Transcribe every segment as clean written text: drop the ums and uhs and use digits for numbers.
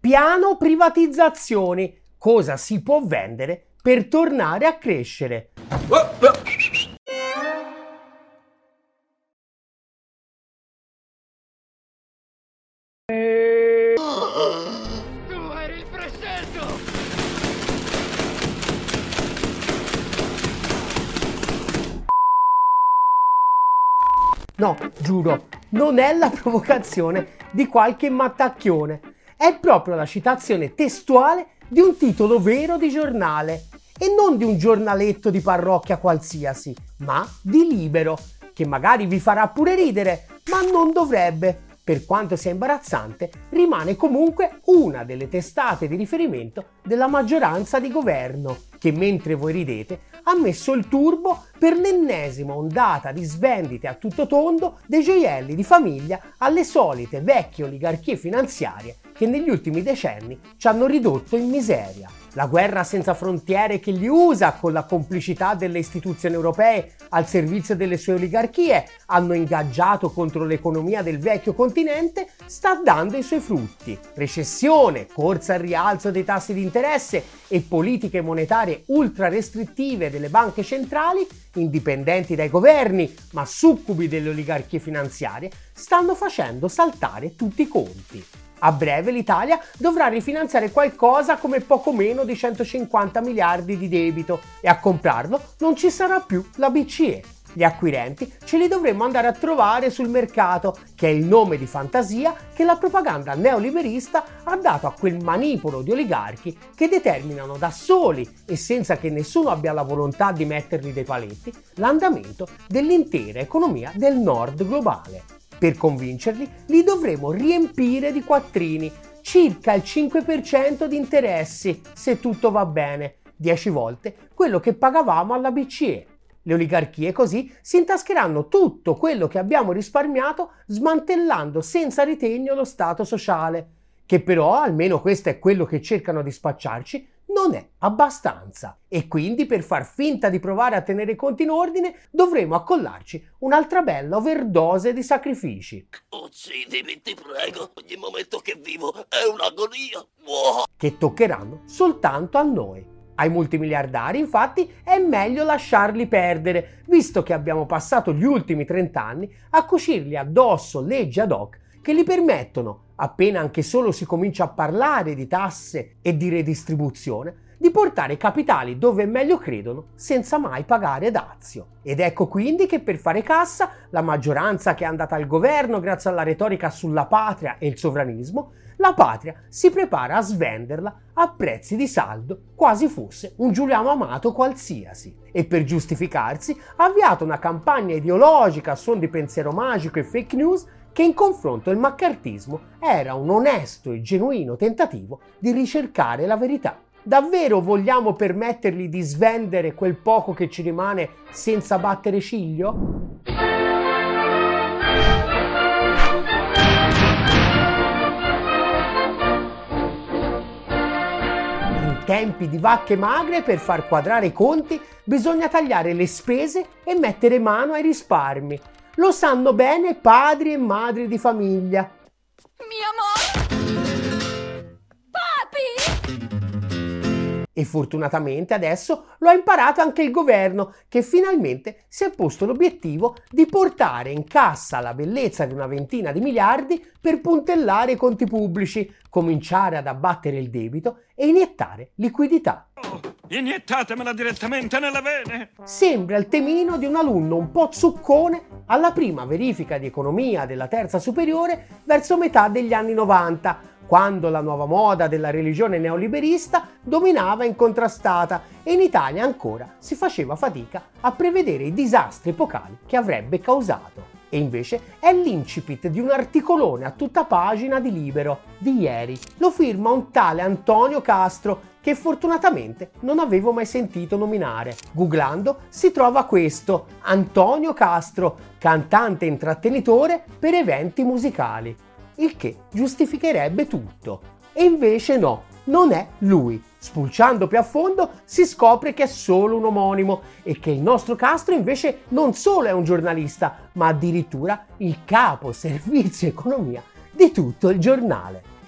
piano privatizzazioni. Cosa si può vendere per tornare a crescere? No, giuro, non è la provocazione di qualche mattacchione, è proprio la citazione testuale di un titolo vero di giornale, e non di un giornaletto di parrocchia qualsiasi, ma di Libero, che magari vi farà pure ridere, ma non dovrebbe. Per quanto sia imbarazzante, rimane comunque una delle testate di riferimento della maggioranza di governo, che mentre voi ridete ha messo il turbo per l'ennesima ondata di svendite a tutto tondo dei gioielli di famiglia alle solite vecchie oligarchie finanziarie che negli ultimi decenni ci hanno ridotto in miseria. La guerra senza frontiere che li usa, con la complicità delle istituzioni europee al servizio delle sue oligarchie, hanno ingaggiato contro l'economia del vecchio continente, sta dando i suoi frutti. Recessione, corsa al rialzo dei tassi di interesse e politiche monetarie ultra restrittive delle banche centrali, indipendenti dai governi ma succubi delle oligarchie finanziarie, stanno facendo saltare tutti i conti. A breve l'Italia dovrà rifinanziare qualcosa come poco meno di 150 miliardi di debito e a comprarlo non ci sarà più la BCE. Gli acquirenti ce li dovremo andare a trovare sul mercato, che è il nome di fantasia che la propaganda neoliberista ha dato a quel manipolo di oligarchi che determinano da soli e senza che nessuno abbia la volontà di mettergli dei paletti l'andamento dell'intera economia del nord globale. Per convincerli li dovremo riempire di quattrini, circa il 5% di interessi, se tutto va bene, 10 volte quello che pagavamo alla BCE. Le oligarchie così si intascheranno tutto quello che abbiamo risparmiato smantellando senza ritegno lo Stato sociale, che però, almeno questo è quello che cercano di spacciarci, non è abbastanza. E quindi, per far finta di provare a tenere i conti in ordine, dovremo accollarci un'altra bella overdose di sacrifici. Uccidimi, ti prego, ogni momento che vivo è un'agonia. Che toccheranno soltanto a noi. Ai multimiliardari, infatti, è meglio lasciarli perdere, visto che abbiamo passato gli ultimi 30 anni a cucirgli addosso leggi ad hoc che li permettono, appena anche solo si comincia a parlare di tasse e di redistribuzione, di portare capitali dove meglio credono senza mai pagare dazio. Ed ecco quindi che per fare cassa la maggioranza che è andata al governo grazie alla retorica sulla patria e il sovranismo, la patria si prepara a svenderla a prezzi di saldo quasi fosse un Giuliano Amato qualsiasi. E per giustificarsi ha avviato una campagna ideologica a suon di pensiero magico e fake news che in confronto al maccartismo era un onesto e genuino tentativo di ricercare la verità. Davvero vogliamo permettergli di svendere quel poco che ci rimane senza battere ciglio? In tempi di vacche magre, per far quadrare i conti, bisogna tagliare le spese e mettere mano ai risparmi. Lo sanno bene padri e madri di famiglia. Mio amore! Papi! E fortunatamente adesso lo ha imparato anche il governo, che finalmente si è posto l'obiettivo di portare in cassa la bellezza di una ventina di miliardi per puntellare i conti pubblici, cominciare ad abbattere il debito e iniettare liquidità. Iniettatemela direttamente nelle vene! Sembra il temino di un alunno un po' zuccone alla prima verifica di economia della terza superiore verso metà degli anni 90, quando la nuova moda della religione neoliberista dominava incontrastata e in Italia ancora si faceva fatica a prevedere i disastri epocali che avrebbe causato. E invece è l'incipit di un articolone a tutta pagina di Libero di ieri. Lo firma un tale Antonio Castro, che fortunatamente non avevo mai sentito nominare. Googlando si trova questo: Antonio Castro, cantante e intrattenitore per eventi musicali. Il che giustificherebbe tutto. E invece no, non è lui. Spulciando più a fondo si scopre che è solo un omonimo e che il nostro Castro invece non solo è un giornalista, ma addirittura il capo servizio economia di tutto il giornale.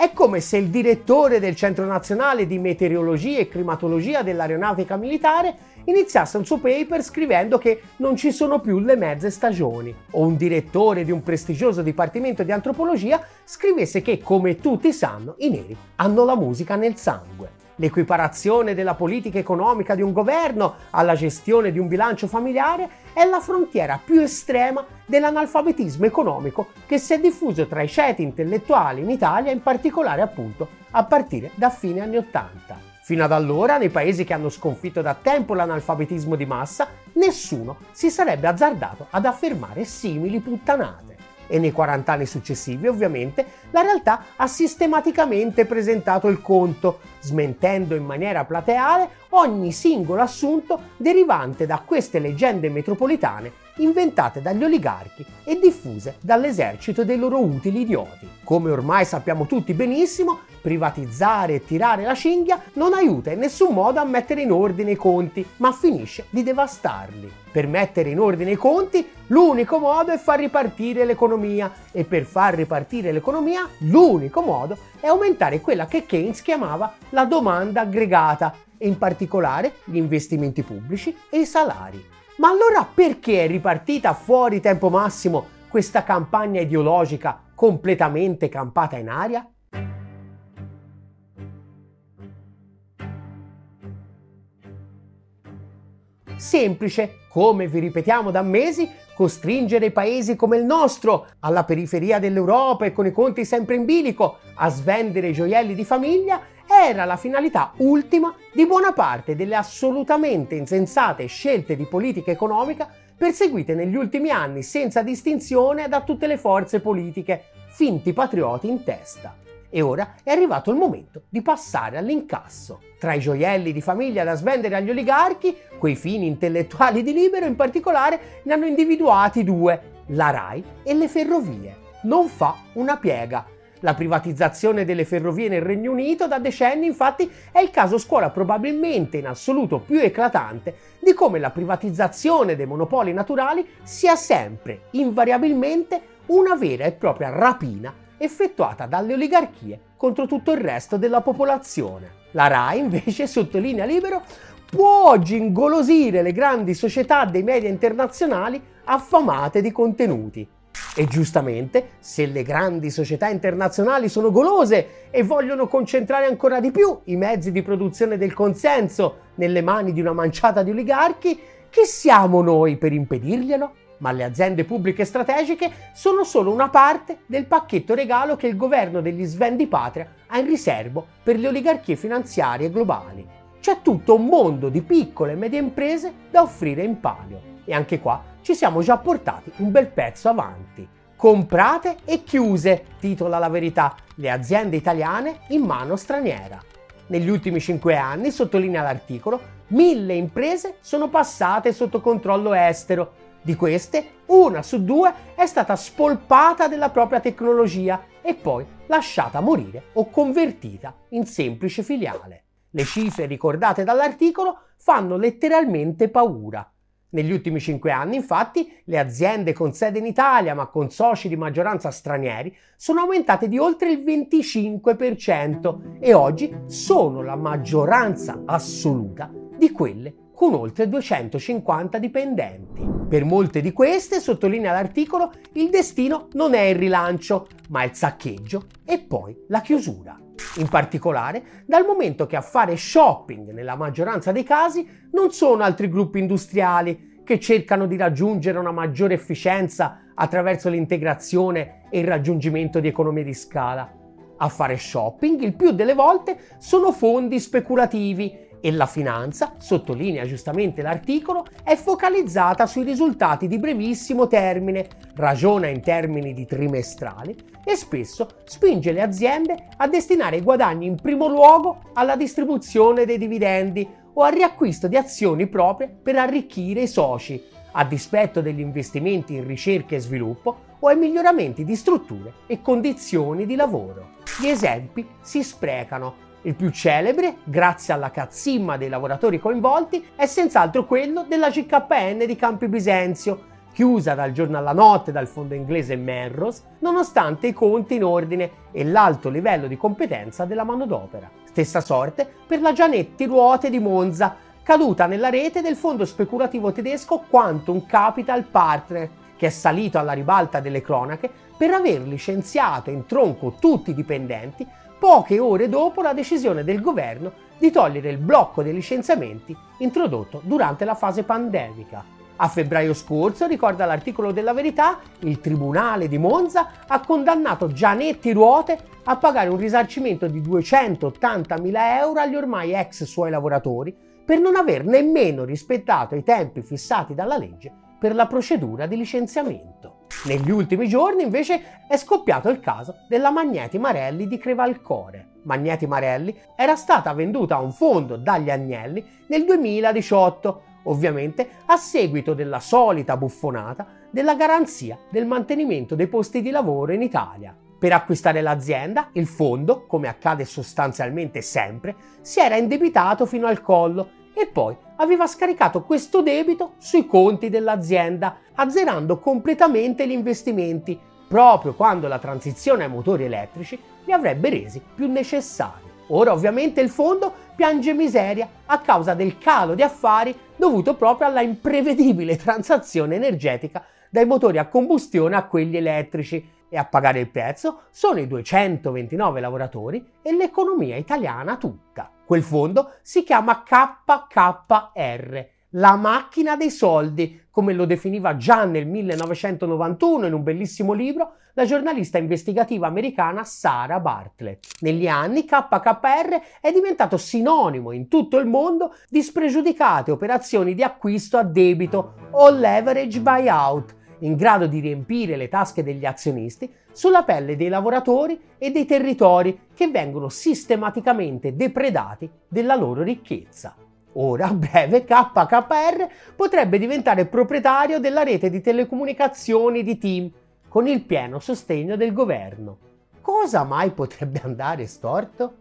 È come se il direttore del Centro Nazionale di Meteorologia e Climatologia dell'Aeronautica Militare iniziasse un suo paper scrivendo che non ci sono più le mezze stagioni, o un direttore di un prestigioso dipartimento di antropologia scrivesse che, come tutti sanno, i neri hanno la musica nel sangue. L'equiparazione della politica economica di un governo alla gestione di un bilancio familiare è la frontiera più estrema dell'analfabetismo economico che si è diffuso tra i ceti intellettuali in Italia, in particolare appunto a partire da fine anni '80. Fino ad allora, nei paesi che hanno sconfitto da tempo l'analfabetismo di massa, nessuno si sarebbe azzardato ad affermare simili puttanate. E nei 40 anni successivi, ovviamente, la realtà ha sistematicamente presentato il conto, smentendo in maniera plateale ogni singolo assunto derivante da queste leggende metropolitane inventate dagli oligarchi e diffuse dall'esercito dei loro utili idioti. Come ormai sappiamo tutti benissimo, privatizzare e tirare la cinghia non aiuta in nessun modo a mettere in ordine i conti, ma finisce di devastarli. Per mettere in ordine i conti, l'unico modo è far ripartire l'economia, e per far ripartire l'economia, l'unico modo è aumentare quella che Keynes chiamava la domanda aggregata, e in particolare gli investimenti pubblici e i salari. Ma allora perché è ripartita fuori tempo massimo questa campagna ideologica completamente campata in aria? Semplice, come vi ripetiamo da mesi, costringere paesi come il nostro, alla periferia dell'Europa e con i conti sempre in bilico, a svendere i gioielli di famiglia era la finalità ultima di buona parte delle assolutamente insensate scelte di politica economica perseguite negli ultimi anni senza distinzione da tutte le forze politiche, finti patrioti in testa. E ora è arrivato il momento di passare all'incasso. Tra i gioielli di famiglia da svendere agli oligarchi, quei fini intellettuali di Libero in particolare ne hanno individuati due, la RAI e le ferrovie. Non fa una piega. La privatizzazione delle ferrovie nel Regno Unito da decenni infatti è il caso scuola probabilmente in assoluto più eclatante di come la privatizzazione dei monopoli naturali sia sempre, invariabilmente, una vera e propria rapina effettuata dalle oligarchie contro tutto il resto della popolazione. La RAI invece, sottolinea Libero, può oggi ingolosire le grandi società dei media internazionali affamate di contenuti. E giustamente, se le grandi società internazionali sono golose e vogliono concentrare ancora di più i mezzi di produzione del consenso nelle mani di una manciata di oligarchi, chi siamo noi per impedirglielo? Ma le aziende pubbliche strategiche sono solo una parte del pacchetto regalo che il governo degli svendipatria ha in riservo per le oligarchie finanziarie globali. C'è tutto un mondo di piccole e medie imprese da offrire in palio. E anche qua ci siamo già portati un bel pezzo avanti. Comprate e chiuse, titola La Verità, le aziende italiane in mano straniera. Negli ultimi 5 anni, sottolinea l'articolo, 1000 imprese sono passate sotto controllo estero. Di queste, 1 su 2 è stata spolpata della propria tecnologia e poi lasciata morire o convertita in semplice filiale. Le cifre ricordate dall'articolo fanno letteralmente paura. Negli ultimi 5 anni, infatti, le aziende con sede in Italia ma con soci di maggioranza stranieri sono aumentate di oltre il 25% e oggi sono la maggioranza assoluta di quelle con oltre 250 dipendenti. Per molte di queste, sottolinea l'articolo, il destino non è il rilancio, ma il saccheggio e poi la chiusura. In particolare, dal momento che a fare shopping nella maggioranza dei casi non sono altri gruppi industriali che cercano di raggiungere una maggiore efficienza attraverso l'integrazione e il raggiungimento di economie di scala. A fare shopping, il più delle volte, sono fondi speculativi e la finanza, sottolinea giustamente l'articolo, è focalizzata sui risultati di brevissimo termine, ragiona in termini di trimestrali e spesso spinge le aziende a destinare i guadagni in primo luogo alla distribuzione dei dividendi o al riacquisto di azioni proprie per arricchire i soci, a dispetto degli investimenti in ricerca e sviluppo o ai miglioramenti di strutture e condizioni di lavoro. Gli esempi si sprecano. Il più celebre, grazie alla cazzimma dei lavoratori coinvolti, è senz'altro quello della GKN di Campi Bisenzio, chiusa dal giorno alla notte dal fondo inglese Melrose, nonostante i conti in ordine e l'alto livello di competenza della manodopera. Stessa sorte per la Gianetti Ruote di Monza, caduta nella rete del fondo speculativo tedesco Quantum Capital Partner, che è salito alla ribalta delle cronache per aver licenziato in tronco tutti i dipendenti poche ore dopo la decisione del governo di togliere il blocco dei licenziamenti introdotto durante la fase pandemica. A febbraio scorso, ricorda l'articolo della Verità, il Tribunale di Monza ha condannato Gianetti Ruote a pagare un risarcimento di 280.000 euro agli ormai ex suoi lavoratori per non aver nemmeno rispettato i tempi fissati dalla legge per la procedura di licenziamento. Negli ultimi giorni, invece, è scoppiato il caso della Magneti Marelli di Crevalcore. Magneti Marelli era stata venduta a un fondo dagli Agnelli nel 2018, ovviamente a seguito della solita buffonata della garanzia del mantenimento dei posti di lavoro in Italia. Per acquistare l'azienda, il fondo, come accade sostanzialmente sempre, si era indebitato fino al collo e poi aveva scaricato questo debito sui conti dell'azienda, azzerando completamente gli investimenti, proprio quando la transizione ai motori elettrici li avrebbe resi più necessari. Ora ovviamente il fondo piange miseria a causa del calo di affari dovuto proprio alla imprevedibile transazione energetica dai motori a combustione a quelli elettrici, e a pagare il prezzo sono i 229 lavoratori e l'economia italiana tutta. Quel fondo si chiama KKR, la macchina dei soldi, come lo definiva già nel 1991 in un bellissimo libro la giornalista investigativa americana Sarah Bartlett. Negli anni KKR è diventato sinonimo in tutto il mondo di spregiudicate operazioni di acquisto a debito o leverage buyout, in grado di riempire le tasche degli azionisti sulla pelle dei lavoratori e dei territori che vengono sistematicamente depredati della loro ricchezza. Ora, a breve, KKR potrebbe diventare proprietario della rete di telecomunicazioni di TIM, con il pieno sostegno del governo. Cosa mai potrebbe andare storto?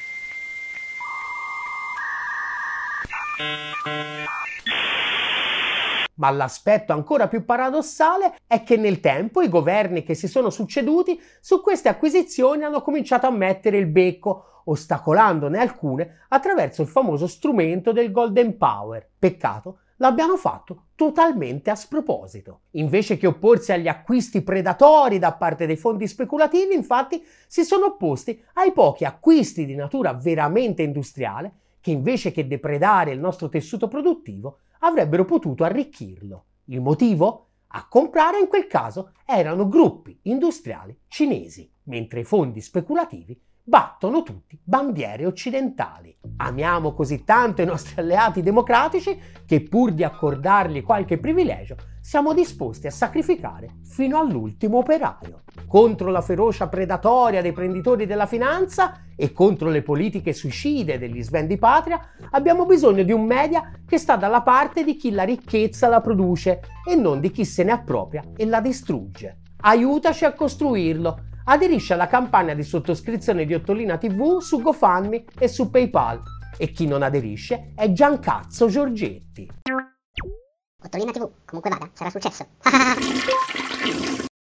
Ma l'aspetto ancora più paradossale è che nel tempo i governi che si sono succeduti su queste acquisizioni hanno cominciato a mettere il becco, ostacolandone alcune attraverso il famoso strumento del Golden Power. Peccato l'abbiano fatto totalmente a sproposito. Invece che opporsi agli acquisti predatori da parte dei fondi speculativi, infatti, si sono opposti ai pochi acquisti di natura veramente industriale che invece che depredare il nostro tessuto produttivo avrebbero potuto arricchirlo. Il motivo? A comprare in quel caso erano gruppi industriali cinesi, mentre i fondi speculativi battono tutti bandiere occidentali. Amiamo così tanto i nostri alleati democratici che pur di accordargli qualche privilegio siamo disposti a sacrificare fino all'ultimo operaio. Contro la ferocia predatoria dei prenditori della finanza e contro le politiche suicide degli svendipatria abbiamo bisogno di un media che sta dalla parte di chi la ricchezza la produce e non di chi se ne appropria e la distrugge. Aiutaci a costruirlo. Aderisce alla campagna di sottoscrizione di Ottolina TV su GoFundMe e su PayPal. E chi non aderisce è Giancazzo Giorgetti. Ottolina TV, comunque vada, sarà successo.